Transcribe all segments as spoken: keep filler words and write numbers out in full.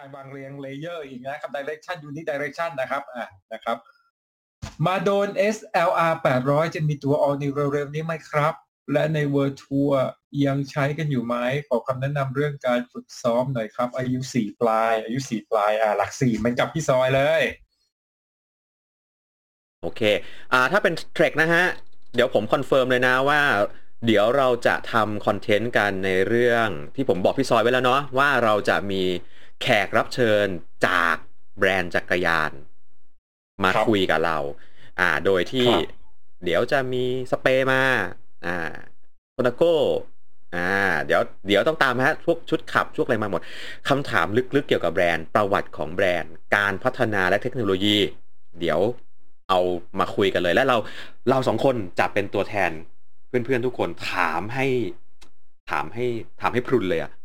การวางเรียงเลเยอร์อีกนะครับ direction unit direction นะครับอ่ะนะครับมาโดน เอส แอล อาร์ แปดร้อยจะมีตัว all new เร็วๆนี้ไหมครับและใน World Tour ยังใช้กันอยู่ไหมขอคำแนะนำเรื่องการฝึกซ้อมหน่อยครับอายุสี่ปลายอายุสี่ปลายอ่ะหลักสี่มันกับพี่ซอยเลยโอเคอ่าถ้าเป็นเทรคนะฮะเดี๋ยวผมคอนเฟิร์มเลยนะว่าเดี๋ยวเราจะทำคอนเทนต์กันในเรื่องที่ผมบอกพี่ซอยไว้แล้วเนาะว่าเราจะมีแขกรับเชิญจากแบรนด์จักรยานมาคุยกับเราอ่าโดยที่เดี๋ยวจะมีสเปรย์มาอ่าโคนาโก้อ่าเดี๋ยวเดี๋ยวต้องตามฮะพวกชุดขับชุดอะไรมาหมดคำถามลึกๆเกี่ยวกับแบรนด์ประวัติของแบรนด์การพัฒนาและเทคโนโลยีเดี๋ยวเอามาคุยกันเลยและเราเราสองคนจะเป็นตัวแทนเพื่อนๆทุกคนถามให้ถามให้ถามให้พรุนเลยอะ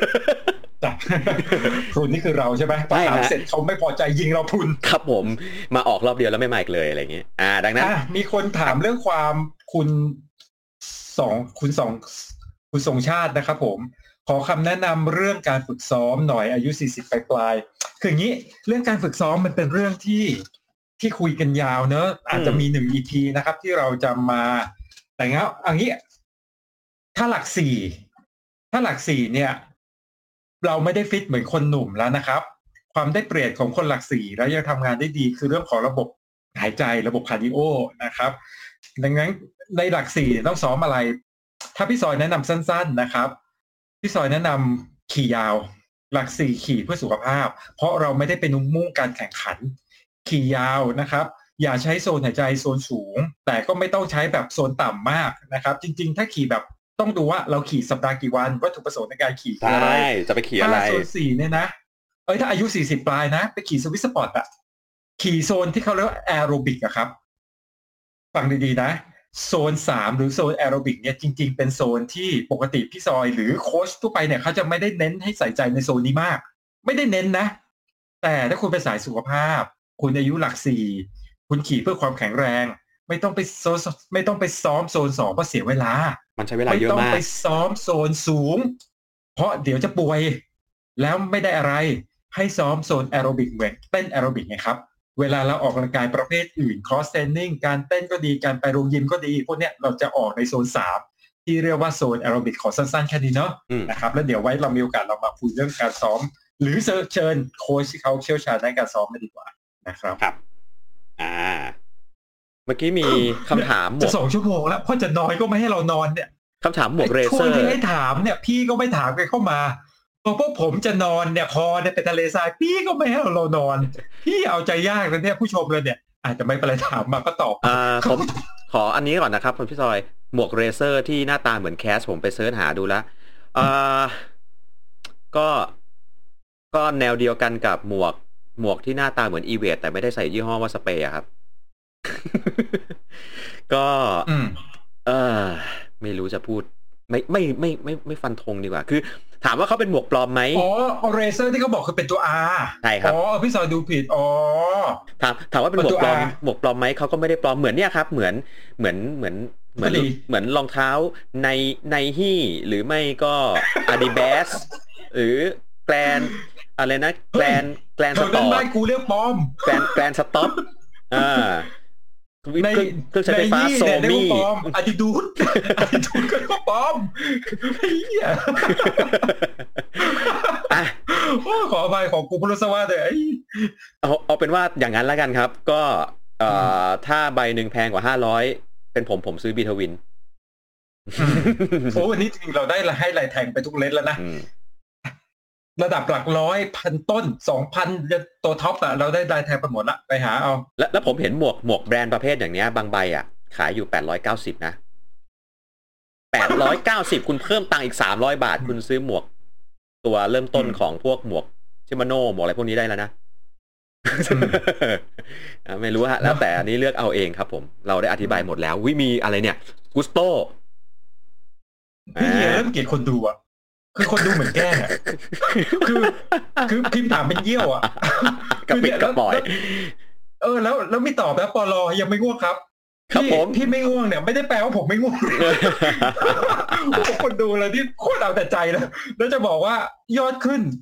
พรุนนี่คือเราใช่ไหมพอถามเสร็จเขาไม่พอใจยิงเราพรุนครับผมมาออกรอบเดียวแล้วไม่มาอีกเลยอะไรอย่างเงี้ยอ่าดังนั้นมีคนถามเรื่องความคุณสองคุณสองคุณทรงชาตินะครับผมขอคำแนะนำเรื่องการฝึกซ้อมหน่อยอายุสี่สิบปลายๆคืออย่างนี้เรื่องการฝึกซ้อมมันเป็นเรื่องที่ที่คุยกันยาวเนอะอาจจะมีหนึ่ง อี พี นะครับที่เราจะมาแต่งั้นอย่างนี้ถ้าหลักสี่ถ้าหลักสี่เนี่ยเราไม่ได้ฟิตเหมือนคนหนุ่มแล้วนะครับความได้เปรียบของคนหลักสี่แล้วยังทำงานได้ดีคือเรื่องของระบบหายใจระบบคาร์ดิโอนะครับดังนั้นในหลักสี่ต้องซ้อมอะไรถ้าพี่ซอยแนะนำสั้นๆนะครับพี่ซอยแนะนำขี่ยาวหลักสี่ขี่เพื่อสุขภาพเพราะเราไม่ได้เป็นมุ่งการแข่งขันขี่ยาวนะครับอย่าใช้โซนหายใจโซนสูงแต่ก็ไม่ต้องใช้แบบโซนต่ำมากนะครับจริงๆถ้าขี่แบบต้องดูว่าเราขี่สัปดาห์กี่วันวัตถุประสงค์ในการขี่คืออะไรจะไปขี่อะไรถ้าโซนสี่เนี่ยนะเอ้ยถ้าอายุสี่สิบปลายนะไปขี่สวิสสปอร์ตอะขี่โซนที่เขาเรียกว่าแอโรบิกอะครับฟังดีๆนะโซนสามหรือโซนแอโรบิกเนี่ยจริงๆเป็นโซนที่ปกติพี่ซอยหรือโค้ชทั่วไปเนี่ยเขาจะไม่ได้เน้นให้ใส่ใจในโซนนี้มากไม่ได้เน้นนะแต่ถ้าคุณไปสายสุขภาพคุณอายุหลักสี่คุณขี่เพื่อความแข็งแรงไม่ต้องไปโซนไม่ต้องไปซ้อมโซนสองเพราะเสียเวลามันใช้เวลาเยอะมากไม่ต้องไปซ้อมโซนสูงเพราะเดี๋ยวจะป่วยแล้วไม่ได้อะไรให้ซ้อมโซนแอโรบิกเหมือนเต้นแอโรบิกไงครับเวลาเราออกกำลังกายประเภทอื่น cross training การเต้นก็ดีการไปโรงยิมก็ดีพวกเนี้ยเราจะออกในโซนสามที่เรียกว่าโซนแอโรบิกขอสั้นๆแค่นี้เนาะนะครับแล้วเดี๋ยวไว้เรามีโอกาสเรามาคุยเรื่องการซ้อมหรือเชิญโค้ชที่เขาเชี่ยวชาญในการซ้อมมาดีกว่านะครับครับอ่าเมื่อกี้มีคำถามจะสองชั่วโมงแล้วเพราะจะน้อยก็ไม่ให้เรานอนเนี่ยคำถามหมวกเรเซอร์ที่ให้ถามเนี่ยพี่ก็ไม่ถามกันเข้ามาพอพวกผมจะนอนเนี่ยคอเนี่ยเป็นทะเลทรายพี่ก็ไม่ให้เรานอนพี่เอาใจยากเลยเนี่ยผู้ชมเลยเนี่ยอาจจะไม่เป็นไรถามมาก็ตอบอ่าผมขออันนี้ก่อนนะครับคุณพี่ซอยหมวกเรเซอร์ที่หน้าตาเหมือนแคสผมไปเสิร์ชหาดูแล้วอ่าก็ก็แนวเดียวกันกับหมวกหมวกที่หน้าตาเหมือนอีเวทแต่ไม่ได้ใส่ยี่ห้อว่าสเปรย์ครับก็เออไม่รู้จะพูดไม่ไม่ไม่ไม่ไม่ฟันธงดีกว่าคือถามว่าเขาเป็นหมวกปลอมไหมอ๋อเรเซอร์ที่เขาบอกคือเป็นตัว R ใช่ครับอ๋อพี่ซอยดูผิดอ๋อถามถามว่าเป็นหมวกปลอมหมวกปลอมไหมเขาก็ไม่ได้ปลอมเหมือนเนี่ยครับเหมือนเหมือนเหมือนเหมือนเหมือนรองเท้าในในฮี่หรือไม่ก็ Adidas หรือแกรนอะไรนะแกรนแกรนสต็อปบ้านกูเรียกปลอมแกรนแกรนสต็อปอ่าในเครื่องใช้ไฟฟ้าโซมี่อาดิดูดอาดิดูดก็ปลอมเหี้ยอ่ะขออภัยของกูพลุสวัสดิ์เลยเอาเอาเป็นว่าอย่างนั้นแล้วกันครับก็เอ่อถ้าใบหนึ่งแพงกว่าห้าร้อยเป็นผมผมซื้อบีทวินโอ้วันนี้จริงเราได้ให้ลายแทงไปทุกเลนแล้วนะระดับหลักร้อยพันต้น สองพัน ตัวท็อปอ่ะเราได้ลายแทงไปหมดละไปหาเอาแล้วแล้วผมเห็นหมวกหมวกแบรนด์ประเภทอย่างเนี้ยบางใบอ่ะขายอยู่แปดร้อยเก้าสิบนะแปดร้อยเก้าสิบคุณเพิ่มตังค์อีกสามร้อยบาทคุณซื้อหมวกตัวเริ่มต้นของพวกหมวกชิมาโน่หมวกอะไรพวกนี้ได้แล้วนะไม่รู้ฮะแล้วแต่อันนี้เลือกเอาเองครับผมเราได้อธิบายหมดแล้ววิมีอะไรเนี่ยกุสโตพี่เริ่มเกลียดคนดูอ่ะคือคนดูเหมือนแกล้งอ่ะคือคือพิมพ์ถามเป็นเยี่ยวอ่ะกระปิดกระปอยเออแล้วแล้วไม่ตอบแล้วปลยังไม่ง่วงครับครับผมพี่ไม่ง่วงเนี่ยไม่ได้แปลว่าผมไม่ง่วงคนดูเลยที่โคตรเอาแต่ใจแล้วแล้วจะบอกว่ายอดขึ้น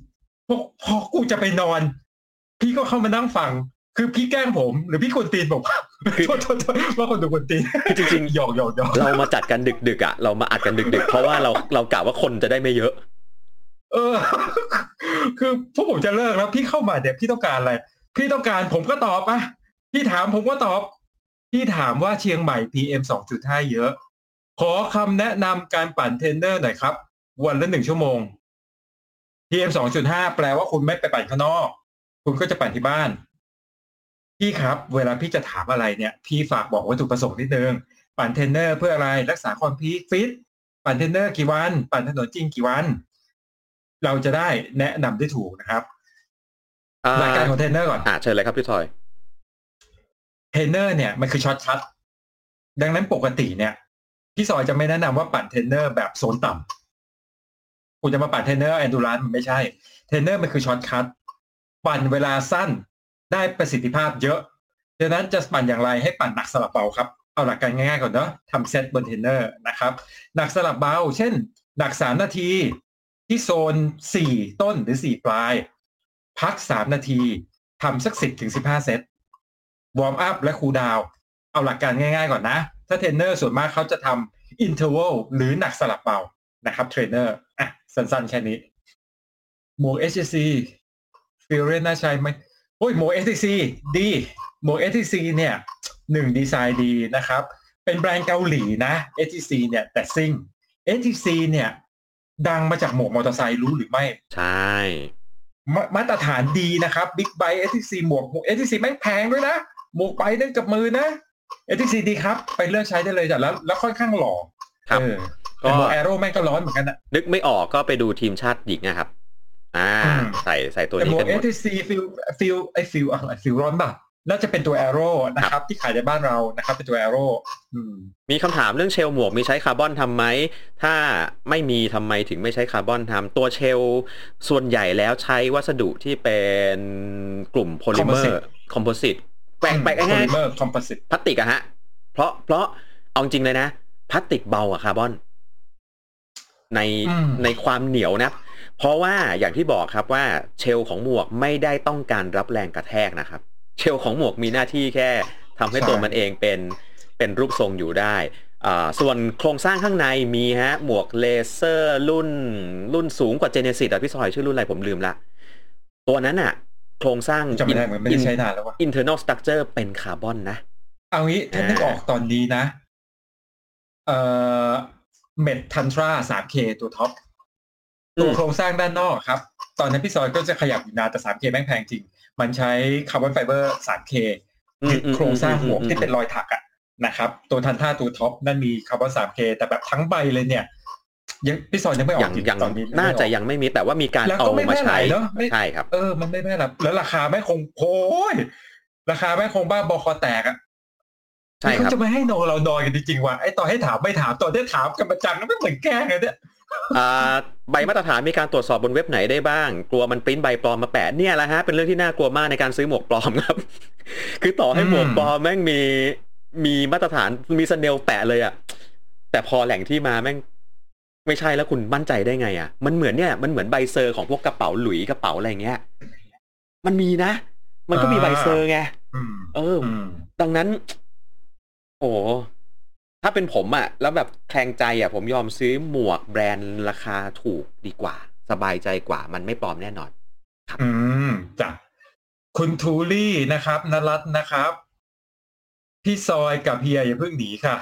พอพอกูจะไปนอนพี่ก็เข้ามานั่งฟังคือพี่แกล้งผมหรือพี่กวนตีนผมโทษโทษโทษว่าคนดูกวนตีนคือจริงหยอกหยอกหยอกๆเรามาจัดกันดึกๆอ่ะเรามาอัดกันดึกๆเพราะว่าเราเรากะว่าคนจะได้ไม่เยอะเออ คือพวกผมจะเลิกแล้วพี่เข้ามาเนี่ยพี่ต้องการอะไรพี่ต้องการผมก็ตอบอ่ะพี่ถามผมก็ตอบพี่ถามว่าเชียงใหม่ พี เอ็ม สองจุดห้า เยอะขอคำแนะนำการปั่นเทรนเนอร์หน่อยครับวันละหนึ่งชั่วโมง พี เอ็ม สองจุดห้า แปลว่าคุณไม่ไปปั่นข้างนอกคุณก็จะปั่นที่บ้านพี่ครับเวลาพี่จะถามอะไรเนี่ยพี่ฝากบอกวัตถุประสงค์นิดนึงปั่นเทรนเนอร์เพื่ออะไรรักษาความพีคฟิตปั่นเทรนเนอร์กี่วันปั่นถนนจริงกี่วันเราจะได้แนะนำได้ถูกนะครับหลักการของเทรนเนอร์ก่อนอ่าเชิญเลยครับพี่ทอยเทรนเนอร์เนี่ยมันคือช็อตคัทดังนั้นปกติเนี่ยพี่ซอยจะไม่แนะนำว่าปั่นเทรนเนอร์แบบโซนต่ำคุณจะมาปั่นเทรนเนอร์แอนดูรานมันไม่ใช่เทรนเนอร์มันคือช็อตคัทปั่นเวลาสั้นได้ประสิทธิภาพเยอะดังนั้นจะปั่นอย่างไรให้ปั่นหนักสลับเบาครับเอาหลักการง่ายๆก่อนเนาะทำเซตบนเทรนเนอร์นะครับหนักสลับเบาเช่นหนักสามนาทีที่โซนสี่ต้นหรือสี่ปลายพักสามนาทีทำสักสิบถึงสิบห้าเซตวอร์มอัพและคูลดาวน์เอาหลักการง่ายๆก่อนนะถ้าเทรนเนอร์ส่วนมากเขาจะทำอินเทอร์วัลหรือหนักสลับเบานะครับเทรนเนอร์อ่ะสั้นๆแค่นี้หมวก เอช ที ซี ฟิลเรนน่าใช้ไหมโอ้ยหมวก เอช ที ซี ดีหมวก เอช ที ซี เนี่ยหนึ่งดีไซน์ดีนะครับเป็นแบรนด์เกาหลีนะ เอช ที ซี เนี่ยแต่ซิ่ง เอช ที ซี เนี่ยดังมาจากหมวกมอเตอร์ไซค์รู้หรือไม่ใช่มามาตรฐานดีนะครับบิ๊กไบค์ เอช ที ซี หมวก เอช ที ซี แม่งแพงด้วยนะหมวกไปนั่นกับมือนะ เอช ที ซี ดีครับไปเลือกใช้ได้เลยจ้ะแล้วแล้วค่อนข้างหล่อครับแต่หมวกแอโร่แม่งก็ร้อนเหมือนกันนะนึกไม่ออกก็ไปดูทีมชาติหญิงนะครับอ่าใส่ใส่ตัวนี้กันหมดแต่หมวก เอช ที ซี ฟิลฟิลไอฟิลอะไรฟิลร้อนป่ะน่าจะเป็นตัวแอโร่นะครับที่ขายในบ้านเรานะครับเป็นตัวแอโร่มีคำถามเรื่องเชลหมวกมีใช้คาร์บอนทำไหมถ้าไม่มีทำไมถึงไม่ใช้คาร์บอนทำตัวเชลส่วนใหญ่แล้วใช้วัสดุที่เป็นกลุ่มโพลิเมอร์คอมโพสิตแปลงแปลงง่ายๆพลาสติกอะฮะเพราะเพราะเอาจริงเลยนะพลาสติกเบาอะคาร์บอนในในความเหนียวนะเพราะว่าอย่างที่บอกครับว่าเชลของหมวกไม่ได้ต้องการรับแรงกระแทกนะครับเชลของหมวกมีหน้าที่แค่ทำให้ตัวมันเองเป็นเป็นรูปทรงอยู่ได้อ่าส่วนโครงสร้างข้างในมีฮะหมวกเลเซอร์รุ่นรุ่นสูงกว่าเจเนซิสอ่ะพี่ซอยชื่อรุ่นอะไรผมลืมละตัวนั้นอ่ะโครงสร้างจำไม่ได้เหมือนไม่ได้ใช้นานแล้วว่า internal structure เป็นคาร์บอนนะเอางี้ถ้านึกออกตอนนี้นะเอ่อเมดทันทรา ทรี เค ตัวท็อปตัวโครงสร้างด้านนอกครับตอนนั้นพี่ซอยก็จะขยับอยู่นานแต่ ทรี เค แม่งแพงจริงมันใช้คาร์บอนไฟเบอร์ ทรี เค ยึดโครงสร้างหมวกที่เป็นรอยถักอะนะครับตัวทันท่าตัวท็อปนั่นมีคาร์บอน ทรี เค แต่แบบทั้งใบเลยเนี่ยยังพี่ซอยยังไม่ออกอย่างตอนนี้น่าจะยังไม่มีแต่ว่ามีการเอามาใช้ใช่ครับเออมันไม่แม่ละแล้วราคาไม่คงโอ้ยราคาไม่คงบ้าบอคอแตกอะใช่ครับเขาจะไม่ให้นอนเรานอนกันจริงๆว่ะไอ้ตอนให้ถามไม่ถามตอนที่ถามกันประจังไม่เหมือนแกล้งเลยเนี่ยใบมาตรฐานมีการตรวจสอบบนเว็บไหนได้บ้างกลัวมันปริ้นใบปลอมมาแปะเนี่ยแหละฮะเป็นเรื่องที่น่ากลัวมากในการซื้อหมวกปลอมครับคือต่อให้หมวกปลอมแม่งมีมีมาตรฐานมีสเนลแปะเลยอะแต่พอแหล่งที่มาแม่งไม่ใช่แล้วคุณมั่นใจได้ไงอะมันเหมือนเนี่ยมันเหมือนใบเซอร์ของพวกกระเป๋าหลุยกระเป๋าอะไรเงี้ยมันมีนะมันก็มีใบเซอร์ไงเออดังนั้นโอ้ถ้าเป็นผมอะแล้วแบบแคลงใจอะผมยอมซื้อหมวกแบรนด์ราคาถูกดีกว่าสบายใจกว่ามันไม่ปลอมแน่นอนครับอืมจ้ะคุณทูลี่นะครับนรัตน์นะครับพี่ซอยกับเฮียอย่าเพิ่งหนีค่ะ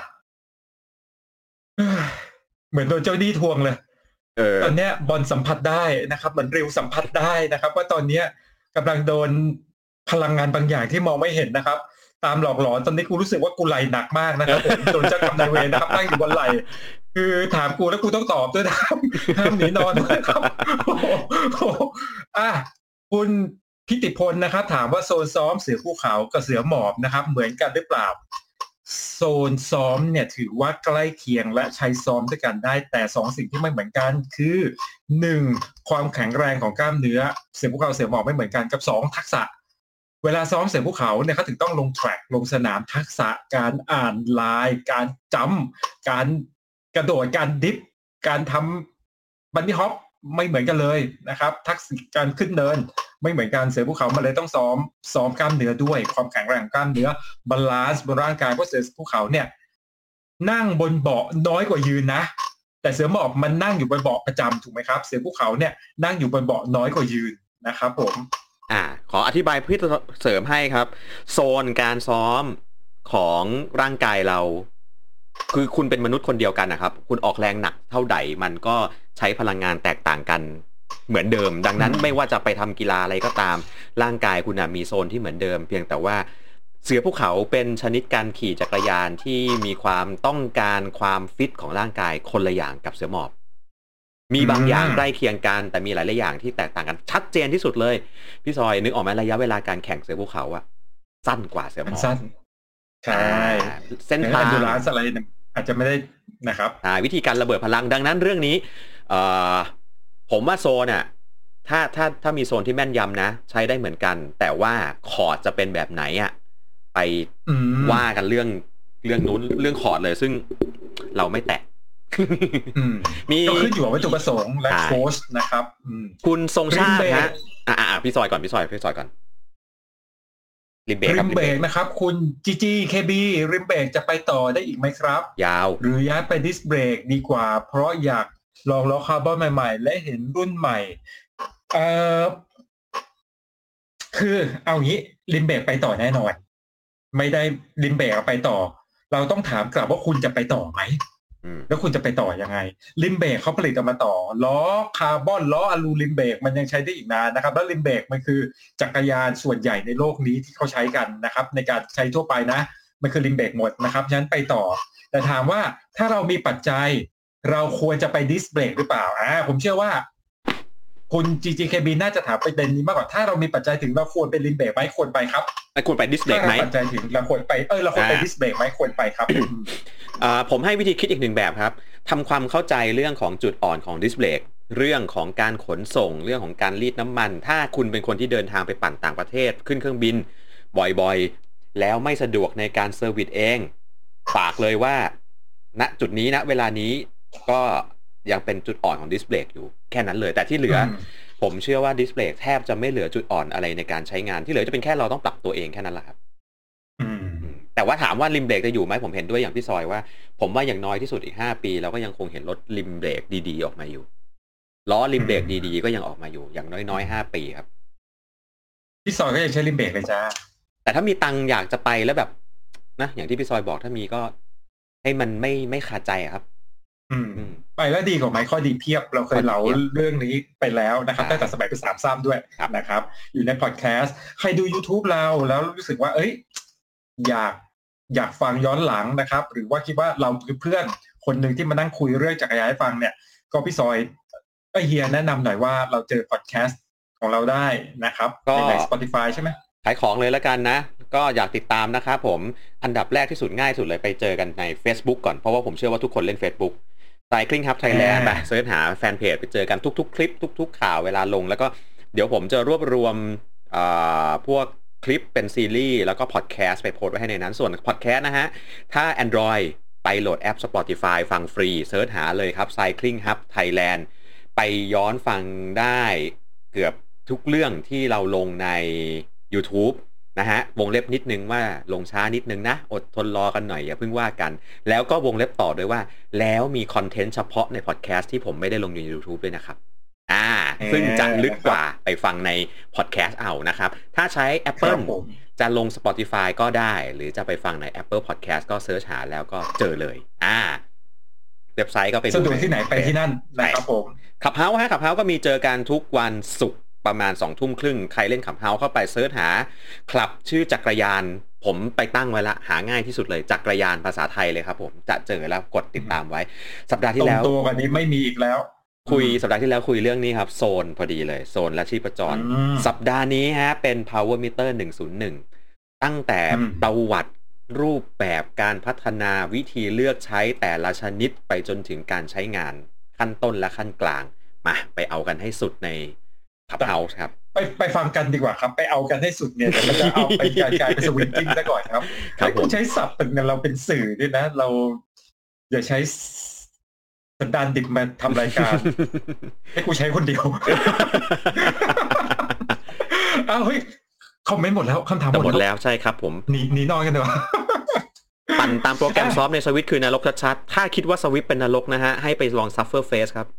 เหมือนโดนเจ้าหนี้ทวงเลยเออตอนเนี้ยบอลสัมผัสได้นะครับเหมือนริวสัมผัสได้นะครับว่าตอนเนี้ยกำลังโดนพลังงานบางอย่างที่มองไม่เห็นนะครับตามหลอกหลอนตอนนี้กูรู้สึกว่ากูไหลหนักมากนะครับผมโดนเจ้ากรรมนายเวรนะครับตั้งอยู่บนไหลคือถามกูแล้วกูต้องตอบด้วยนะครับห้ามหนีนอนนะครับอ่ะคุณพิติพลนะครับถามว่าโซนซ้อมเสือภูเขากับเสือหมอบนะครับเหมือนกันหรือเปล่าโซนซ้อมเนี่ยถือว่าใกล้เคียงและใช้ซ้อมด้วยกันได้แต่สองสิ่งที่ไม่เหมือนกันคือหนึ่งความแข็งแรงของกล้ามเนื้อเสือภูเขาเสือหมอบไม่เหมือนกันกับสองทักษะเวลาซ้อมเสือภูเขาเนี่ยเขาถึงต้องลงแทร็กลงสนามทักษะการอ่านลายการจัมป์การกระโดดการดิฟการทำบันนี่ฮอปไม่เหมือนกันเลยนะครับทักษะการขึ้นเนินไม่เหมือนกันเสือภูเขามันเลยต้องซ้อมซ้อมกล้ามเนื้อด้วยความแข็งแรงของกล้ามเนื้อบาลานซ์บนร่างกายเพราะเสือภูเขาเนี่ยนั่งบนเบาะน้อยกว่ายืนนะแต่เสือหมอบมันนั่งอยู่บนเบาะประจำถูกไหมครับเสือภูเขาเนี่ยนั่งอยู่บนเบาะน้อยกว่ายืนนะครับผมอ่าขออธิบายเพื่อเสริมให้ครับโซนการซ้อมของร่างกายเราคือคุณเป็นมนุษย์คนเดียวกันนะครับคุณออกแรงหนักเท่าใดมันก็ใช้พลังงานแตกต่างกันเหมือนเดิมดังนั้นไม่ว่าจะไปทำกีฬาอะไรก็ตามร่างกายคุณมีโซนที่เหมือนเดิมเพียงแต่ว่าเสือภูเขาเป็นชนิดการขี่จักรยานที่มีความต้องการความฟิตของร่างกายคนละอย่างกับเสือหมอบมีบางอย่างใกล้เคียงกันแต่มีหลายๆอย่างที่แตกต่างกันชัดเจนที่สุดเลยพี่ซอยนึกออกไหมระยะเวลาการแข่งเสือภูเขาอะสั้นกว่าเสือหมอบสั้นใช่เส้นทางดูร้านอะไรอาจจะไม่ได้นะครับวิธีการระเบิดพลังดังนั้นเรื่องนี้ผมว่าโซนอ่ะถ้าถ้าถ้ามีโซนที่แม่นยำนะใช้ได้เหมือนกันแต่ว่าคอร์ดจะเป็นแบบไหนอ่ะไปว่ากันเรื่องเรื่องนู้นเรื่องคอร์ดเลยซึ่งเราไม่แตะมีก็ขึ้นอยู่กับวัตถุประสงค์และโค้ชนะครับคุณทรงชาติฮะอ่าพี่ซอยก่อนพี่ซอยพี่ซอยก่อนริมเบรกริมเบรกนะครับคุณจีจีเคบีริมเบรกจะไปต่อได้อีกไหมครับยาวหรือย้ายไปดิสเบรกดีกว่าเพราะอยากลองล้อคาร์บอนใหม่ๆและเห็นรุ่นใหม่เอ่อคือเอางี้ริมเบรกไปต่อแน่นอนไม่ได้ริมเบรกไปต่อเราต้องถามกลับว่าคุณจะไปต่อไหมแล้วคุณจะไปต่อยังไงริมเบรกเขาผลิตออกมาต่อล้อคาร์บอนล้ออะลูริมเบรกมันยังใช้ได้อีกนานนะครับแล้วริมเบรกมันคือจักรยานส่วนใหญ่ในโลกนี้ที่เขาใช้กันนะครับในการใช้ทั่วไปนะมันคือริมเบรกหมดนะครับฉะนั้นไปต่อแต่ถามว่าถ้าเรามีปัจจัยเราควรจะไปดิสเบรกหรือเปล่าอ่าผมเชื่อว่าคุณ จี จี เค บี น่าจะถามประเด็นนี้มากกว่าถ้าเรามีปัจจัยถึงเราควรไปริมเบรกไหมควรไปครับควรไปดิสเบรกไหมปัจจัยถึงเราควรไปเออเราควรไปดิสเบรกไหมควรไปครับผมให้วิธีคิดอีกหนึ่งแบบครับทำความเข้าใจเรื่องของจุดอ่อนของดิสเบรกเรื่องของการขนส่งเรื่องของการรีดน้ำมันถ้าคุณเป็นคนที่เดินทางไปปั่นต่างประเทศขึ้นเครื่องบินบ่อยๆแล้วไม่สะดวกในการเซอร์วิสเองฝากเลยว่าณจุดนี้ณเวลานี้ก็ยังเป็นจุดอ่อนของดิสเบรกอยู่แค่นั้นเลยแต่ที่เหลือผมเชื่อว่าดิสเบรกแทบจะไม่เหลือจุดอ่อนอะไรในการใช้งานที่เหลือจะเป็นแค่เราต้องปรับตัวเองแค่นั้นแหละครับแต่ว่าถามว่าริมเบรกจะอยู่ไหมผมเห็นด้วยอย่างพี่ซอยว่าผมว่าอย่างน้อยที่สุดอีกห้าปีเราก็ยังคงเห็นรถริมเบรกดีๆออกมาอยู่ล้อริมเบรกดีๆก็ยังออกมาอยู่อย่างน้อยๆห้าปีครับพี่ซอยก็ยังใช้ริมเบรกเลยจ้าแต่ถ้ามีตังค์อยากจะไปแล้วแบบนะอย่างที่พี่ซอยบอกถ้ามีก็ให้มันไม่ไม่ขาดใจครับอืมไปแล้วดีกว่าไหมข้อดีเพียบเราเคยเล่าเรื่องนี้ไปแล้วนะครับตั้งแต่สมัยเป็นสามซ้ำด้วยนะครับอยู่ในพอดแคสต์ใครดู YouTube เราแล้วรู้สึกว่าเอ้ยอยากอยากฟังย้อนหลังนะครับหรือว่าคิดว่าเราคือเพื่อนคนหนึ่งที่มานั่งคุยเรื่องจักรยานให้ฟังเนี่ยก็พี่ซอยไอเฮียแนะนำหน่อยว่าเราเจอพอดแคสต์ของเราได้นะครับใน Spotify ใช่ไหมขายของเลยแล้วกันนะก็อยากติดตามนะครับผมอันดับแรกที่สุดง่ายสุดเลยไปเจอกันใน Facebook ก่อนเพราะว่าผมเชื่อว่าทุกคนเล่น Facebook Cycling Hub Thailand ไปเสิร์ชหาแฟนเพจไปเจอกันทุกๆคลิปทุกๆข่าวเวลาลงแล้วก็เดี๋ยวผมจะรวบรวมพวกคลิปเป็นซีรีส์แล้วก็พอดแคสต์ไปโพสต์ไว้ให้ในนั้นส่วนพอดแคสต์นะฮะถ้า Android ไปโหลดแอป Spotify ฟังฟรีเสิร์ชหาเลยครับ Cycling Hub Thailand ไปย้อนฟังได้เกือบทุกเรื่องที่เราลงใน YouTube นะฮะวงเล็บนิดนึงว่าลงช้านิดนึงนะอดทนรอกันหน่อยอย่าเพิ่งว่ากันแล้วก็วงเล็บต่อด้วยว่าแล้วมีคอนเทนต์เฉพาะในพอดแคสต์ที่ผมไม่ได้ลงใน YouTube ด้วยนะครับอ่าซึ่งจะลึกกว่าไปฟังในพอดแคสต์เอานะครับถ้าใช้ Apple จะลง Spotify ก็ได้หรือจะไปฟังใน Apple Podcast ก็เสิร์ชหาแล้วก็เจอเลยอ่าเว็บไซต์ก็ไปดูสะดวกที่ไหนไปที่นั่นนะครับผมขับเฮ้าส์ฮะขับเฮ้าส์ก็มีเจอกันทุกวันศุกร์ประมาณสองทุ่มครึ่งใครเล่นขับเฮ้าส์เข้าไปเสิร์ชหาคลับชื่อจักรยานผมไปตั้งไว้ละหาง่ายที่สุดเลยจักรยานภาษาไทยเลยครับผมจะเจอแล้วกดติดตามไว้สัปดาห์ที่แล้วตัวกันนี้ไม่มีอีกแล้วคุยสัปดาห์ที่แล้วคุยเรื่องนี้ครับโซนพอดีเลยโซนและชีพจรสัปดาห์นี้ฮะเป็น Power Meter หนึ่งศูนย์หนึ่งตั้งแต่ประวัติรูปแบบการพัฒนาวิธีเลือกใช้แต่ละชนิดไปจนถึงการใช้งานขั้นต้นและขั้นกลางมาไปเอากันให้สุดในขับเฮ้าส์ครับไปไปฟังกันดีกว่าครับไปเอากันให้สุดเนี่ยแต่มันจะเอาไปกลายกลายเป็นสวิงกิ้งซะก่อนครับให้คุณใช้ศัพท์เป็นเราเป็นสื่อด้วยนะเราอย่าใช้สันดานดิบมาทำรายการ ให้กูใช้คนเดียว อ้าวเฮ้ยคอมเมนต์หมดแล้วคำถามหมดแล้วใช่ครับผมหนีหนีนอนกันเถอะปั่นตามโปรแกรมซอฟในสวิตคือนรกชัดๆถ้าคิดว่าสวิตเป็นนรกนะฮะให้ไปลอง Suffer Face ครับ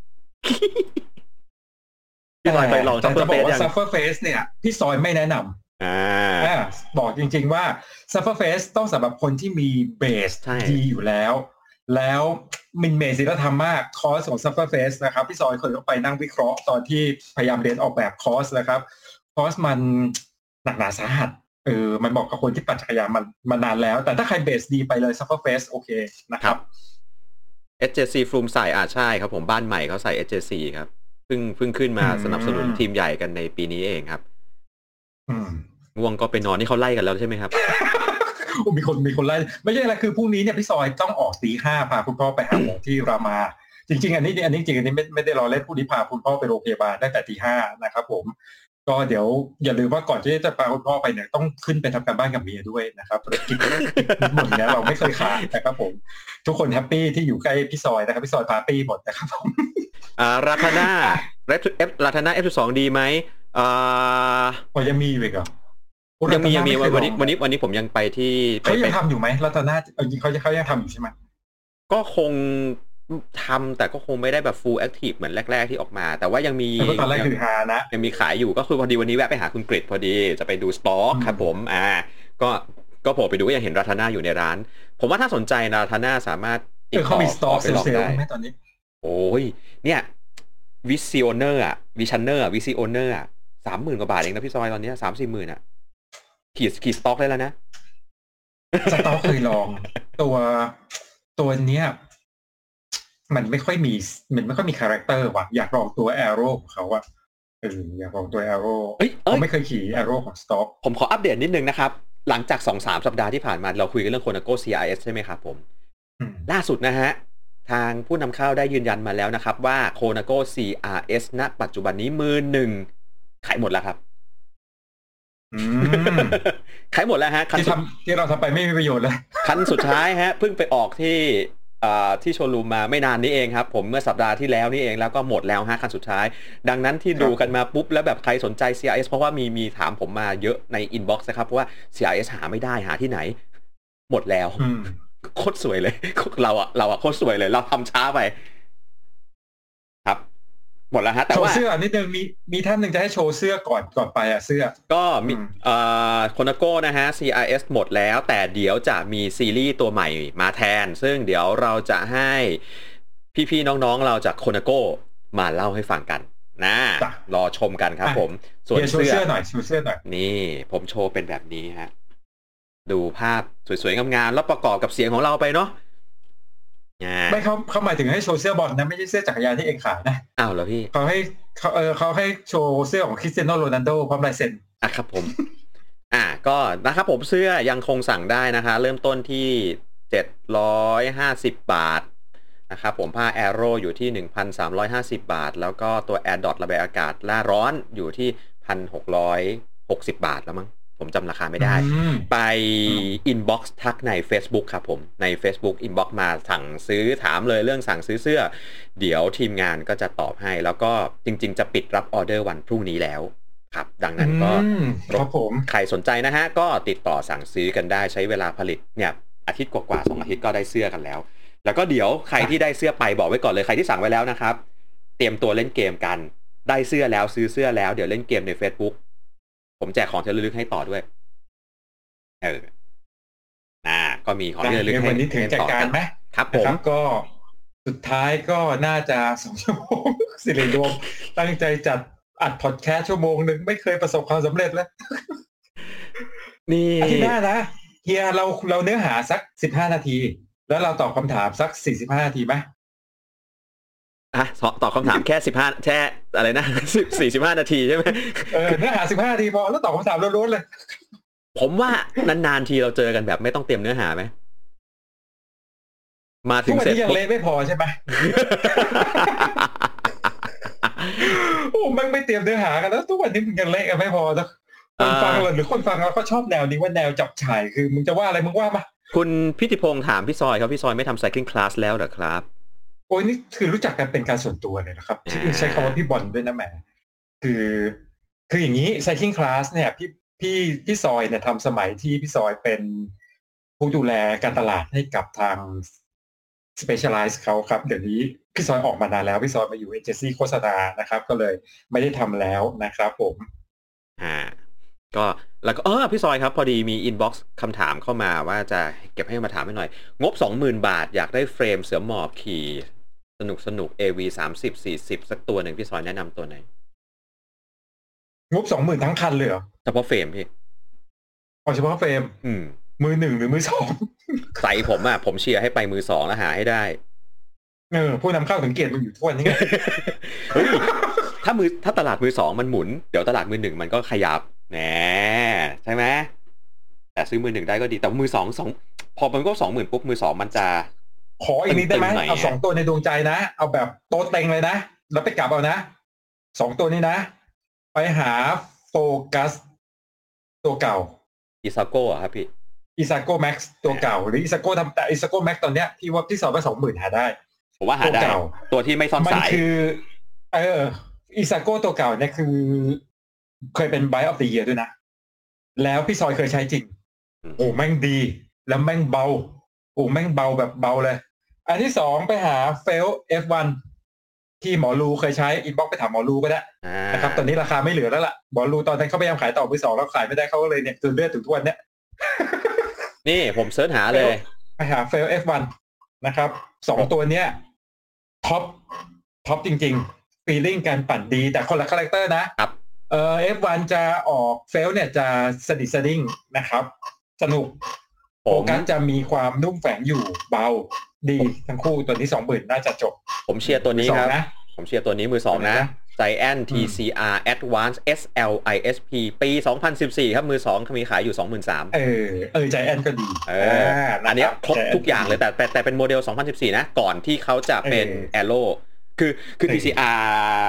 พี่ซอยไปลอง Suffer Face ยัง Suffer Face เนี่ยพี่ซอยไม่แนะนำอ่าบอกจริงๆว่า Suffer Face ต้องสำหรับคนที่มีเบสดีอยู่แล้วแล้วมินเมศิลธรรมมากคอร์สของ Suffer Face นะครับพี่ซอยเคยเข้าไปนั่งวิเคราะห์ตอนที่พยายามเรียนออกแบบคอร์สนะครับคอร์สมันหนักหนาสาหัสเออมันบอกกับคนที่ปั่นจักรยานมันมานานแล้วแต่ถ้าใครเบสดีไปเลย Suffer Face โอเคนะครับเอส เจ ซี ฟลูมใส่อ่าใช่ครับผมบ้านใหม่เขาใส่ เอส เจ ซี ครับเพิ่งเพิ่งขึ้นมาสนับสนุนทีมใหญ่กันในปีนี้เองครับง่วงก็ไปนอนนี่เขาไล่กันแล้วใช่ไหมครับมีคนมีคนไล่ไม่ใช่อะไรคือพรุ่งนี้เนี่ยพี่ซอยต้องออกตีห้าพาคุณพ่อไปหาหมอที่รามาจริงๆอันนี้อันนี้จริงอันนี้ไม่ไม่ได้รอเล่นพรุ่งนี้พาคุณพ่อไปโรงพยาบาลตั้งแต่ตีห้านะครับผมก็เดี๋ยวอย่าลืมว่าก่อนที่จะพาคุณพ่อไปเนี่ยต้องขึ้นไปทำการบ้านกับเมียด้วยนะครับกิจหมดนี้เราไม่เคยขาดนะครับผมทุกคนแฮปปี้ที่อยู่ใกล้พี่ซอยนะครับพี่ซอยปาร์ตี้หมดนะครับผมอ่าราธาน่าเรฟเอฟราธาน่า เอฟ สิบสอง ดีไหมอ่าอ๋อยังมีอยู่อีกเหรอยังมียังมีวันนี้วันนี้วันนี้ผมยังไปที่เขายังทำอยู่ไหมรัตนาเอาจริงเขาเขายังทำอยู่ใช่ไหมก็คงทำแต่ก็คงไม่ได้แบบ full active เหมือนแรกๆที่ออกมาแต่ว่ายังมีตอนแรกคือฮานะยังมีขายอยู่ก็คือพอดีวันนี้แวะไปหาคุณกฤษพอดีจะไปดูสต็อกครับผมอ่าก็ก็ผมไปดูก็ยังเห็นรัตนาอยู่ในร้านผมว่าถ้าสนใจรัตนาสามารถติดต่อเขามีสต็อกเซลล์ไหมตอนนี้โอ้ยเนี่ยวิซิโอเนอร์อ่ะวิชันเนอร์อ่ะวิซิโอเนอร์อ่ะสามหมื่นกว่าบาทเองนะพี่ซอยตอนนี้สามสี่หมื่นอ่ะขีดขีดสต็อกได้แล้วนะสต็อกเคยลองตัวตัวเนี้ยมันไม่ค่อยมีมันไม่ค่อยมีคาแรคเตอร์ว่ะอยากลองตัวแอโร่ของเขาอะเอออยากลองตัวแอโร่ผมไม่เคยขี่แอโร่ของสต็อกผมขออัปเดตนิดนึงนะครับหลังจาก สองถึงสาม สัปดาห์ที่ผ่านมาเราคุยกันเรื่อง Konago ซี อาร์ เอส ใช่ไหมครับผมล่าสุดนะฮะทางผู้นำเข้าได้ยืนยันมาแล้วนะครับว่า Konago ซี อาร์ เอส ณ ปัจจุบันนี้มือหนึ่งขายหมดแล้วครับขายหมดแล้วฮะที่ทำที่เราทำไปไม่มีประโยชน์เลยคันสุดท้ายฮะเพิ่งไปออกที่อ่าที่โชว์รูมมาไม่นานนี้เองครับผมเมื่อสัปดาห์ที่แล้วนี่เองแล้วก็หมดแล้วฮะคันสุดท้ายดังนั้นที่ดูกันมาปุ๊บแล้วแบบใครสนใจ ซี อาร์ เอส เพราะว่ามีมีถามผมมาเยอะในอินบ็อกซ์นะครับเพราะว่า ซี อาร์ เอส หาไม่ได้หาที่ไหนหมดแล้วโคตรสวยเลยเราอะเราอะโคตรสวยเลยเราทำช้าไปครับหมดแล้วฮะแต่ว่าโชว์เสื้อนิดนึงมีมีท่านหนึ่งจะให้โชว์เสื้อก่อนก่อนไปอะเสื้อก็มีเอ่อโคนาโก้นะฮะ ซี อาร์ เอส หมดแล้วแต่เดี๋ยวจะมีซีรีส์ตัวใหม่มาแทนซึ่งเดี๋ยวเราจะให้พี่ๆน้องๆเราจากโคนาโก้มาเล่าให้ฟังกันนะรอชมกันครับผมส่วนเสื้อหน่อยโชว์เสื้อหน่อยนี่ผมโชว์เป็นแบบนี้ฮะดูภาพสวยๆงามๆแล้วประกอบกับเสียงของเราไปเนาะไม่เขาเขาหมายถึงให้โชว์เสื้อบอลนะไม่ใช่เสื้อจักรยานที่เองขายนะอ้าวเหรอพี่เขาให้เขาเออเขาให้โชว์เสื้อของคริสเตียโนโรนัลโดพร้อมลายเซ็นอ่ะครับผม อ่ะก็นะครับผมเสื้อยังคงสั่งได้นะคะเริ่มต้นที่เจ็ดร้อยห้าสิบบาทนะครับผมผ้าแอโร่อยู่ที่ หนึ่งพันสามร้อยห้าสิบบาทแล้วก็ตัวแอร์ดอทระบายอากาศล่าร้อนอยู่ที่ หนึ่งพันหกร้อยหกสิบบาทแล้วมั้งผมจำราคาไม่ได้ไป inbox ทักใน Facebook ครับผมใน Facebook inbox มาสั่งซื้อถามเลยเรื่องสั่งซื้อเสื้อเดี๋ยวทีมงานก็จะตอบให้แล้วก็จริงๆจะปิดรับออเดอร์วันพรุ่งนี้แล้วครับดังนั้นก็ครับผมใครสนใจนะฮะก็ติดต่อสั่งซื้อกันได้ใช้เวลาผลิตเนี่ยอาทิตย์กว่าๆสองอาทิตย์ก็ได้เสื้อกันแล้วแล้วก็เดี๋ยวใครที่ได้เสื้อไปบอกไว้ก่อนเลยใครที่สั่งไว้แล้วนะครับเตรียมตัวเล่นเกมกันได้เสื้อแล้วซื้อเสื้อแล้วเดี๋ยวเล่นเกมใน Facebook ผมแจกของที่ระลึกให้ต่อด้วยเอออ่าก็มีของที่ระลึกให้วันนี้ถึงจัดการไหมครับผมก็สุดท้ายก็น่าจะสองชั่วโมงสิริรวมตั้งใจจัดอัดพอดแคสต์ชั่วโมงหนึ่งไม่เคยประสบความสำเร็จแล้วนี่อาทิตย์หน้านะเฮียเราเราเนื้อหาสักสิบห้านาทีแล้วเราตอบคำถามสักสี่สิบห้านาทีไหมอ่ะตอบคำถามแค่สิบห้าแค่อะไรนะสี่สิบห้านาทีใช่ไหมเออเนื้อหาสิบห้านาทีพอแล้วตอบคำถามล้วนๆเลยผมว่านานๆทีเราเจอกันแบบไม่ต้องเตรียมเนื้อหาไหมมาถึงเสร็จยังเละไม่พอใช่ไหมโอ้มันไม่เตรียมเนื้อหากันแล้วทุกวันนี้มึงยังเละกันไม่พอแล้วคนฟังหรือคนฟังเราก็ชอบแนวนี้ว่าแนวจับฉ่ายคือมึงจะว่าอะไรมึงว่ามาคุณพิธิพงษ์ถามพี่ซอยครับพี่ซอยไม่ทำไซคลิงคลาสแล้วเหรอครับโอ้ยนี่คือรู้จักกันเป็นการส่วนตัวเลยนะครับใช้คำว่าพี่บอลด้วยนะแหมคือคืออย่างนี้ Cycling Class เนี่ยพี่พี่พี่ซอยเนี่ยทำสมัยที่พี่ซอยเป็นผู้ดูแลการตลาดให้กับทาง Specialized เขาครับเดี๋ยวนี้พี่ซอยออกมานานแล้วพี่ซอยมาอยู่เอเจนซี่โฆษณานะครับก็เลยไม่ได้ทำแล้วนะครับผมอ่าก็แล้วก็เออพี่ซอยครับพอดีมีอินบ็อกซ์คำถามเข้ามาว่าจะเก็บให้มาถามให้หน่อยงบ สองหมื่น บาทอยากได้เฟรมเสือหมอบขี่สนุกสนุก เอ วี สามสิบ สี่สิบสักตัวหนึ่งพี่ซอยแนะนำตัวไหนงบ สองหมื่น ทั้งคันเลยเหรอเฉพาะเฟรมพี่อ๋อเฉพาะเฟรมอืมมือหนึ่งหรือมือสองใส่ผมอ่ะผมเชียร์ให้ไปมือสองแล้วหาให้ได้เออผู้นำเข้าสังเกตมันอยู่ทั่วนี้เฮ้ยถ้ามือถ้าตลาดมือสองมันหมุนเดี๋ยวตลาดมือหนึ่งมันก็ขยับแหมใช่ไหมแต่ซื้อมือหนึ่งได้ก็ดีแต่มือสองสองพอมันก็สองหมื่นปุ๊บมือสองมันจะขออีกนิดได้ไหมเอาสองตัวในดวงใจนะเอาแบบโตเต็งเลยนะแล้วไปกลับเอานะสองตัวนี้นะไปหาโฟกัสตัวเก่าอิซาโก้ครับพี่อิซาโก้แม็กซ์ตัวเก่าหรืออิซาโก้ทำแต่อิซาโก้แม็กซ์ตอนเนี้ยพี่ว่าที่สอบว่าสองหมื่นหาได้ผมว่าหาได้ตัวที่ไม่ซ่อนสายมันคือเอออิซาโก้ตัวเก่าเนี่ยคือเคยเป็นไบออฟเดอะเยียร์ด้วยนะแล้วพี่ซอยเคยใช้จริงโอ้แม่งดีแล้วแม่งเบาโอ้แม่งเบาแบบเบาเลยอันที่สองไปหาเฟล เอฟ วัน ที่หมอรูเคยใช้อินบ็อกซ์ไปถามหมอรูก็ได้นะครับตอนนี้ราคาไม่เหลือแล้วล่ะหมอรูตอนนั้นเขาพยายามขายต่อมือสองแล้วขายไม่ได้เขาก็เลยเนี่ยจนเลือดถึงทุกวันเนี้ยนี่ผมเสิร์ชหาเลยไปหาเฟล เอฟ วัน นะครับสองตัวเนี้ยท็อปท็อปจริงๆฟีลลิ่งการปั่นดีแต่คนละคาแรคเตอร์นะครับเอ่อ เอฟ วัน จะออกเฟลเนี่ยจะสดิดสดิ้งนะครับสนุกโฟกัสจะมีความนุ่มแฝงอยู่เบาดีทั้งคู่ตัวนี้ สองหมื่น น่าจะจบผมเชียร์ตัวนี้ครับผมเชียร์ตัวนี้มือสองนะ Giant ที ซี อาร์ Advanced เอส แอล ไอ เอส พี ปีสองพันสิบสี่ครับมือสองมีขายอยู่ สองหมื่นสามพันเออเออ Giant ก็ดีเอออันนี้ครบทุกอย่างเลยแต่แต่แต่เป็นโมเดลสองพันสิบสี่นะก่อนที่เขาจะเป็น Aero คือคือ ที ซี อาร์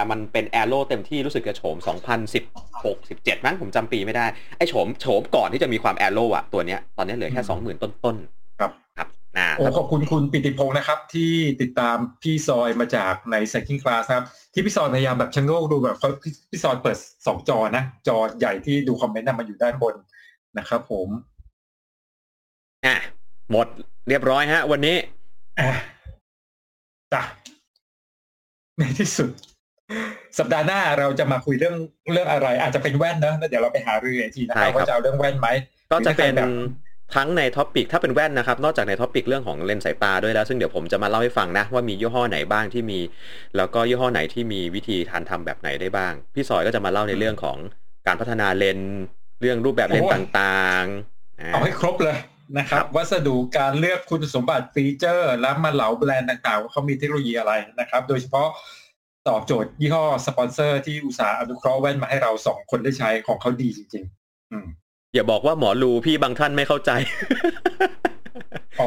มันเป็น Aero เต็มที่รู้สึกจะโฉมสองพันสิบหก สิบเจ็ดมั้งผมจำปีไม่ได้ไอ้โฉมโฉมก่อนที่จะมีความ Aero อ่ะตัวเนี้ยตอนนี้เหลือแค่ สองหมื่น ต้นๆครับครับนะโอ้ขอบคุณคุณปิติพงษ์นะครับที่ติดตามพี่ซอยมาจากใน Cycling Class ครับที่พี่ซอยพยายามแบบชะโงกดูแบบเขาพี่ซอยเปิดสองจอนะจอใหญ่ที่ดูคอมเมนต์น่ะมันอยู่ด้านบนนะครับผมอ่ะหมดเรียบร้อยฮะวันนี้อ่ะจ้ะในที่สุดสัปดาห์หน้าเราจะมาคุยเรื่องเรื่องอะไรอาจจะเป็นแว่นนะแล้วเดี๋ยวเราไปหารืออีกทีนะครับว่าจะเอาเรื่องแว่นไหมก็จะเป็นทั้งในท็อปิกถ้าเป็นแว่นนะครับนอกจากในท็อปิกเรื่องของเลนส์สายตาด้วยแล้วซึ่งเดี๋ยวผมจะมาเล่าให้ฟังนะว่ามียี่ห้อไหนบ้างที่มีแล้วก็ยี่ห้อไหนที่มีวิธีการทำแบบไหนได้บ้างพี่ซอยก็จะมาเล่าในเรื่องของการพัฒนาเลนส์เรื่องรูปแบบเลนส์ต่างๆเอาให้ครบเลยนะครับวัสดุการเลือกคุณสมบัติฟีเจอร์แล้วมาเหลาแบรนด์ต่างๆว่าเขามีเทคโนโลยีอะไรนะครับโดยเฉพาะตอบโจทย์ยี่ห้อสปอนเซอร์ที่อุตสาห์อนุเคราะห์แว่นมาให้เราสองคนได้ใช้ของเขาดีจริงๆอืมอย่าบอกว่าหมอรูพี่บางท่านไม่เข้าใจอ๋อ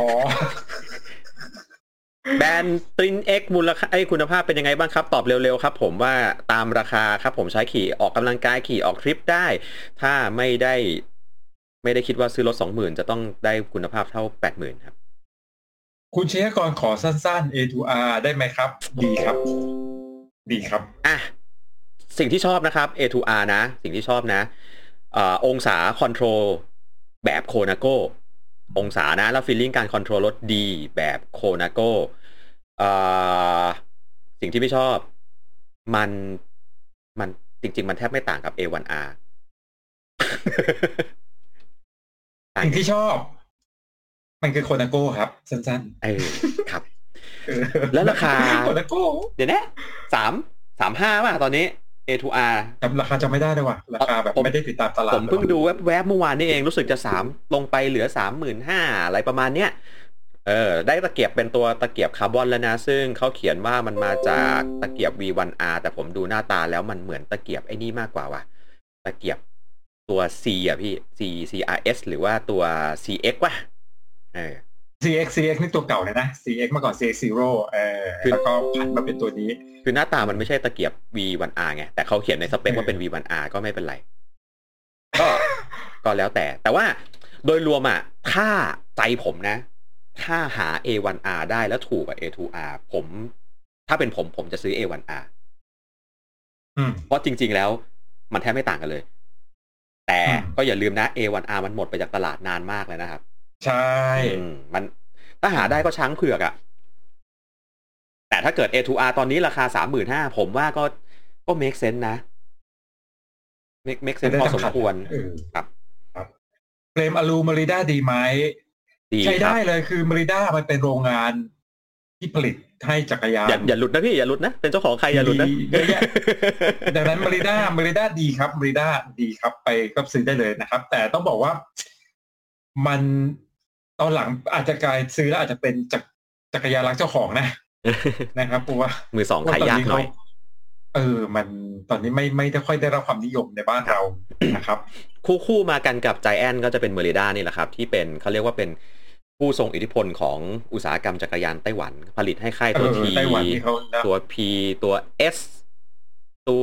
แบรนด์ตรินเอ็กมูลค่าไอ้คุณภาพเป็นยังไงบ้างครับตอบเร็วๆครับผมว่าตามราคาครับผมใช้ขี่ออกกำลังกายขี่ออกทริปได้ถ้าไม่ได้ไม่ได้คิดว่าซื้อรถ สองหมื่น จะต้องได้คุณภาพเท่า แปดหมื่น ครับคุณเชยกรขอสั้นๆ เอ ทู อาร์ ได้ไหมครับดีครับดีครับอ่ะสิ่งที่ชอบนะครับ เอ ทู อาร์ นะสิ่งที่ชอบนะอ่าองศาคอนโทรลแบบโคนาโกองศานะแล้วฟีลลิ่งการคอนโทรลรถดีแบบโคนาโกอ่าสิ่งที่ไม่ชอบมันมันจริงๆมันแทบไม่ต่างกับ เอ วัน อาร์สิ่งที่ชอบมันคือโคนาโกครับสั้นๆเออครับแล้วราคาโคนาโกเดี๋ยวนะสาม สามห้าป่ะตอนนี้ เอ ทู อาร์จำราคาจำไม่ได้เลยว่ะราคาแบบไม่ได้ติดตามตลาดผมเพิ่งดูแวบๆเมื่อวานนี้เองรู้สึกจะสามลงไปเหลือ สามหมื่นห้าพัน อะไรประมาณเนี้ยเออได้ตะเกียบเป็นตัวตะเกียบคาร์บอนแล้วนะซึ่งเขาเขียนว่ามันมาจากตะเกียบ วี วัน อาร์ แต่ผมดูหน้าตาแล้วมันเหมือนตะเกียบไอ้นี่มากกว่าว่ะตะเกียบตัว C อ่ะพี่ C ซี อาร์ เอส หรือว่าตัว ซี เอ็กซ์ ว่ะเออซี เอ็กซ์ ซี เอ็กซ์ นี่ตัวเก่าเลยนะ ซี เอ็กซ์ เมื่อก่อน ซี เอ็กซ์ Zero เออแล้วก็ผันมาเป็นตัวนี้คือหน้าตามันไม่ใช่ตะเกียบ วี วัน อาร์ ไงแต่เขาเขียนในสเปคว่าเป็น วี วัน อาร์ ก็ไม่เป็นไรก็ก็แล้วแต่แต่ว่าโดยรวมอ่ะถ้าใจผมนะถ้าหา เอ วัน อาร์ ได้แล้วถูกกว่า เอ ทู อาร์ ผมถ้าเป็นผมผมจะซื้อ เอ วัน อาร์อืมเพราะจริงๆแล้วมันแทบไม่ต่างกันเลยแต่ก็อย่าลืมนะ เอ วัน อาร์ มันหมดไปจากตลาดนานมากเลยนะครับใช่มันถ้าหาได้ก็ช้างเผือกอะแต่ถ้าเกิด เอ ทู อาร์ ตอนนี้ราคา สามหมื่นห้าพัน ผมว่าก็ก็ make sense นะ make make sense พอสมควรครับครับเฟรมอลูมาริด้าดีไหมใช้ได้เลยคือมาริด้ามันเป็นโรงงานที่ผลิตให้จักรยานอย่าอย่าหลุดนะพี่อย่าหลุดนะเป็นเจ้าของใครอย่าหลุดนะดังนั้นมาริด้ามาริด้าดีครับมาริด้าดีครับไปก็ซื้อได้เลยนะครับแต่ต้องบอกว่ามันตอนหลังอาจจะกลายซื้อแล้วอาจจะเป็นจักจักรยานรักเจ้าของนะนะครับเพราะว่ามือสองขายยากหน่อยเออมันตอนนี้ไม่ไม่ได้ค่อยได้รับความนิยมในบ้านเรานะครับคู่คู่มากันกับไจแอนท์ก็จะเป็นเมริด้านี่แหละครับที่เป็นเขาเรียกว่าเป็นผู้ทรงอิทธิพลของอุตสาหกรรมจักรยานไต้หวันผลิตให้ค่ายตัว T ตัว P ตัว S ตัว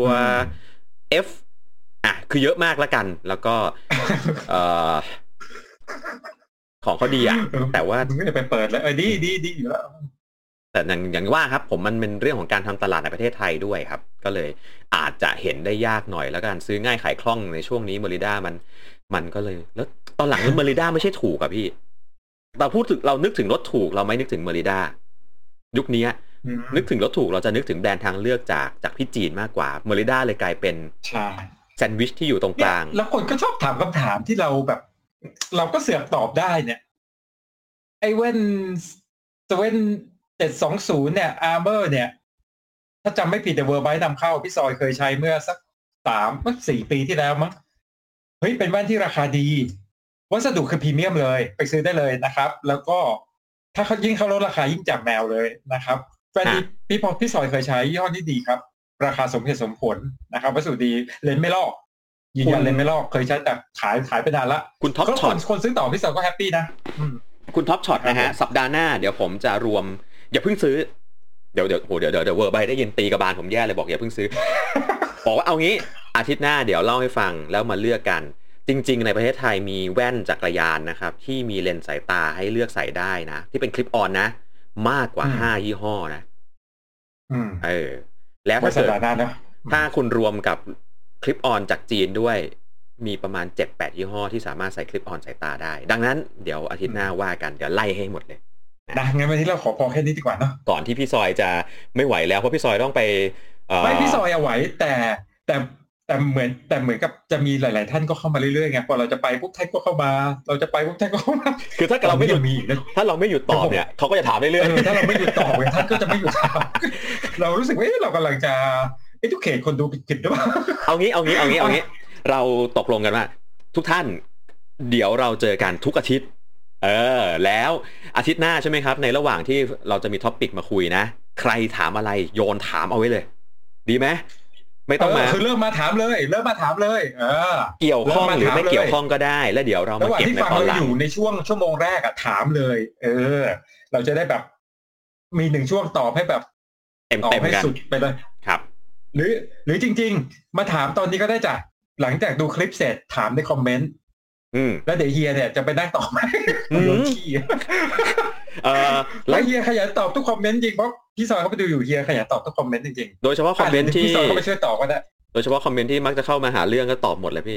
F อ่ะคือเยอะมากแล้วกันแล้วก็เอ่อของเขาดีอ่ะแต่ว่าไม่ได้ไปเปิดแล้วเออดีดีดีอยู่แล้วแต่อย่างอย่างว่าครับผมมันเป็นเรื่องของการทำตลาดในประเทศไทยด้วยครับก็เลยอาจจะเห็นได้ยากหน่อยแล้วกันซื้อง่ายขายคล่องในช่วงนี้เมริด้ามันมันก็เลยแล้วตอนหลังเมริด้าไม่ใช่ถูกอ่ะพี่เราพูดถึงเรานึกถึงรถถูกเราไม่นึกถึงเมริด้ายุคนี้นึกถึงรถถูกเราจะนึกถึงแบรนด์ทางเลือกจากจากพี่จีนมากกว่าเมริด้าเลยกลายเป็นแซนด์วิชที่อยู่ตรงกลางแล้วคนก็ชอบถามคำถามที่เราแบบเราก็เสือกตอบได้เนี่ยไอ้เว้นเว้นเจ็ดสองศูนย์เนี่ยอาร์เมอร์เนี่ยถ้าจำไม่ผิดแต่เวอร์ไบต์นำเข้าพี่ซอยเคยใช้เมื่อสักสามสี่ปีที่แล้วมั้งเฮ้ยเป็นแว่นที่ราคาดีวัสดุคือพรีเมียมเลยไปซื้อได้เลยนะครับแล้วก็ถ้าเขายิ่งเขาลดราคายิ่งจับแมวเลยนะครับแว่นที่พี่พอพี่ซอยเคยใช้ยี่ห้อนี้ดีครับราคาสมเหตุสมผลนะครับวัสดุดีเลนส์ไม่ลอกยืนยันเลนส์ไม่ลอกเคยใช้แต่ขายขายไปนานละคุณท็อปช็อตคนซื้อต่อพี่ซอยก็แฮปปี้นะคุณท็อปช็อตนะฮะสัปดาห์หน้าเดี๋ยวผมจะรวมอย่าเพิ่งซื้อเดี๋ยวเดี๋ยวโหเดี๋ยวเดี๋ยวเดี๋ยวเวอร์ไบได้ยินตีกระบาลผมแย่เลยบอกอย่าเพิ่งซื้อบอกว่าเอางี้อาทิตย์หน้าเดี๋ยวเล่าให้ฟังแล้วมาเลือกกันจริงๆในประเทศไทยมีแว่นจักรยานนะครับที่มีเลนส์สายตาให้เลือกใส่ได้นะที่เป็นคลิปออนนะมากกว่าห้ายี่ห้อนะเออแล้วถ้าเกิดถ้าคุณรวมกับคลิปออนจากจีนด้วยมีประมาณ เจ็ดแปด ยี่ห้อที่สามารถใส่คลิปออนสายตาได้ดังนั้นเดี๋ยวอาทิตย์หน้าว่ากันเดี๋ยวไล่ให้หมดเลยนะงั้นวันนี้เราขอพอแค่นี้ดีกว่าเนาะก่อนที่พี่ซอยจะไม่ไหวแล้วเพราะพี่ซอยต้องไปไม่พี่ซอยเอาไหวแต่แต่แต่เหมือนแต่เหมือนกับจะมีหลายๆท่านก็เข้ามาเรื่อยๆไงพอเราจะไปปุ๊บท่านก็เข้ามาเราจะไปปุ๊บท่านก็เข้ามาคือถ้าเราไม่หยุดมีถ้าเราไม่หยุดตอบเนี่ยเขาก็จะถามเรื่อยๆถ้าเราไม่หยุดตอบท่านก็จะไม่หยุดถามเรารู้สึกว่าเรากำลังจะเอ๊ะทุกเขตคนดูผิดๆหรือเปล่าเอางี้เอางี้เอางี้เอางี้เราตกลงกันว่าทุกท่านเดี๋ยวเราเจอกันทุกอาทิตย์เออแล้วอาทิตย์หน้าใช่ไหมครับในระหว่างที่เราจะมีท็อปปิกมาคุยนะใครถามอะไรโยนถามเอาไว้เลยดีไหมไม่ต้องมาคือเริ่มมาถามเลยเริ่มมาถามเลยเออเกี่ยวข้องหรือไม่เกี่ยวข้องก็ได้แล้วเดี๋ยวเรามาเก็บในตอนหลังอยู่ในช่วงชั่วโมงแรกอะถามเลยเออเราจะได้แบบมีหนึ่งช่วงตอบให้แบบเต็มเต็มกันสุดไปเลยครับหรือหรือจริงๆมาถามตอนนี้ก็ได้จ้ะหลังจากดูคลิปเสร็จถามในคอมเมนต์แล้วเดี๋ยวเฮียเนี่ยจะไปนั่งตอบให้โยนขี้เออแล้วเฮียขยันตอบทุกคอมเมนต์จริงเพราะพี่ซอยเขาไปดูอยู่เฮียขยันตอบทุกคอมเมนต์จริงๆโดยเฉพาะคอมเมนต์ที่พี่ซอยเขาไปช่วยตอบก็ได้โดยเฉพาะคอมเมนต์ที่มักจะเข้ามาหาเรื่องก็ตอบหมดเลยพี่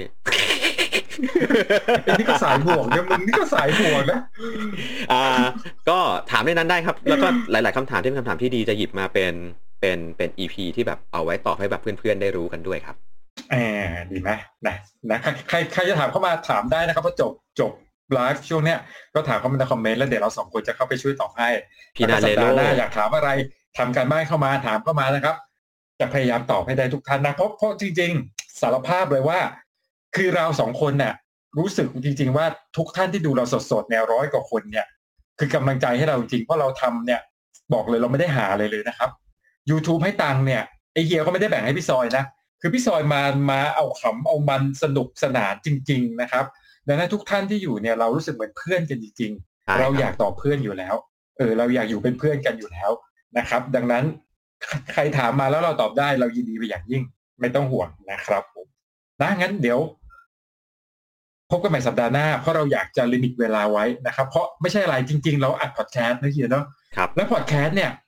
นี่ก็สายห่วงเนี่ยมึงนี่ก็สายห่วงนะอ่าก็ถามในนั้นได้ครับแล้วก็หลายๆคำถามที่เป็นคำถามที่ดีจะหยิบมาเป็นเป็นเป็น อี พี ที่แบบเอาไว้ตอบให้แบบเพื่อนๆได้รู้กันด้วยครับแหมดีไหมนะนะใครใครจะถามเข้ามาถามได้นะครับพอจบจบไลฟ์ช่วงเนี้ยก็ถามเข้ามาในคอมเมนต์แล้วเดี๋ยวเราสองคนจะเข้าไปช่วยตอบให้พี่นาเลโลอยากถามอะไรทำการบ้านเข้ามาถามเข้ามานะครับจะพยายามตอบให้ได้ทุกท่านนะเพราะเพราะจริงๆสารภาพเลยว่าคือเราสองคนเนี่ยรู้สึกจริงๆว่าทุกท่านที่ดูเราสดๆเนี่ยร้อยกว่าคนเนี่ยคือกำลังใจให้เราจริงเพราะเราทำเนี่ยบอกเลยเราไม่ได้หาอะไรเลยนะครับ YouTube ให้ตังค์เนี่ยไอเฮียก็ไม่ได้แบ่งให้พี่ซอยนะคือพี่ซอยมามาเอาขำเอามันสนุกสนานจริงๆนะครับดังนั้นทุกท่านที่อยู่เนี่ยเรารู้สึกเหมือนเพื่อนกันจริงๆเราอยากตอบเพื่อนอยู่แล้วเออเราอยากอยู่เป็นเพื่อนกันอยู่แล้วนะครับดังนั้นใครถามมาแล้วเราตอบได้เรายินดีไปอย่างยิ่งไม่ต้องห่วงนะครับผมนะงั้นเดี๋ยวพบกันใหม่สัปดาห์หน้าเพราะเราอยากจะลิมิตเวลาไว้นะครับเพราะไม่ใช่อะไรจริงๆเราอัดพอดแคสต์นะเฮียเนาะครับแล้วพอดแคสต์เนี่ย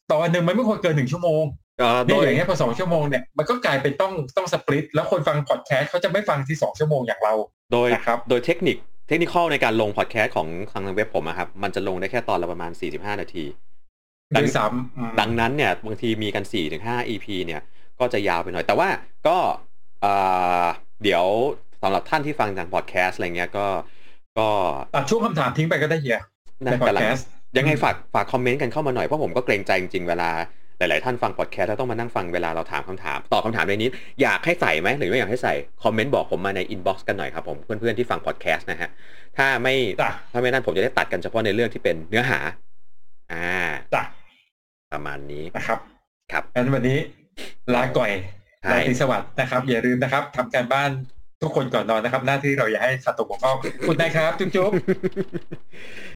ตอนหนึ่งมันไม่ควรเกินหนึ่งชั่วโมงเอ่อโดเนี่ยยอย่างเงี้ยพอสองชั่วโมงเนี่ยมันก็กลายเป็นต้องต้องสปลิตแล้วคนฟังพอดแคสต์เขาจะไม่ฟังที่สองชั่วโมงอย่างเราโดยนะครับโดยเทคนิคเทคนิคในการลงพอดแคสต์ของทางเว็บผมอะครับมันจะลงได้แค่ตอนละประมาณสี่สิบห้านาทีดัด้งวยซ้ำอืมดังนั้นเนี่ยบางทีมีกัน สี่ถึงห้า อี พี เนี่ยก็จะยาวไปหน่อยแต่ว่าก็เอ่อเดี๋ยวสำหรับท่านที่ฟังทางพอดแคสต์อะไรเงี้ยก็ก็ตัดช่วงคำถามทิ้งไปก็ได้เฮียในในพอแต่ดละแคสต์ยังไงฝากฝากคอมเมนต์กันเข้ามาหน่อยเพราะผมก็เกรงใจจริงๆเวลาหลายๆท่านฟังพอดแคสต์แล้วต้องมานั่งฟังเวลาเราถามคำถามตอบคำถามในนี้อยากให้ใส่ไหมหรือไม่อยากให้ใส่คอมเมนต์บอกผมมาในอินบ็อกซ์กันหน่อยครับผมเพื่อนๆที่ฟังพอดแคสต์นะฮะถ้าไม่จ้ะถ้าไม่นั่นผมจะได้ตัดกันเฉพาะในเรื่องที่เป็นเนื้อหาอ่าจ้ะประมาณนี้นะครับครับงั้นวันนี้ลาก่อยใช่ราตรีสวัสดิ์นะครับ อย่าลืมนะครับทำการบ้านทุกคนก่อนนอนนะครับ หน้าที่เราอย่าให้สัตว์ตกบกพร่องคุณนายครับ จุ๊บๆ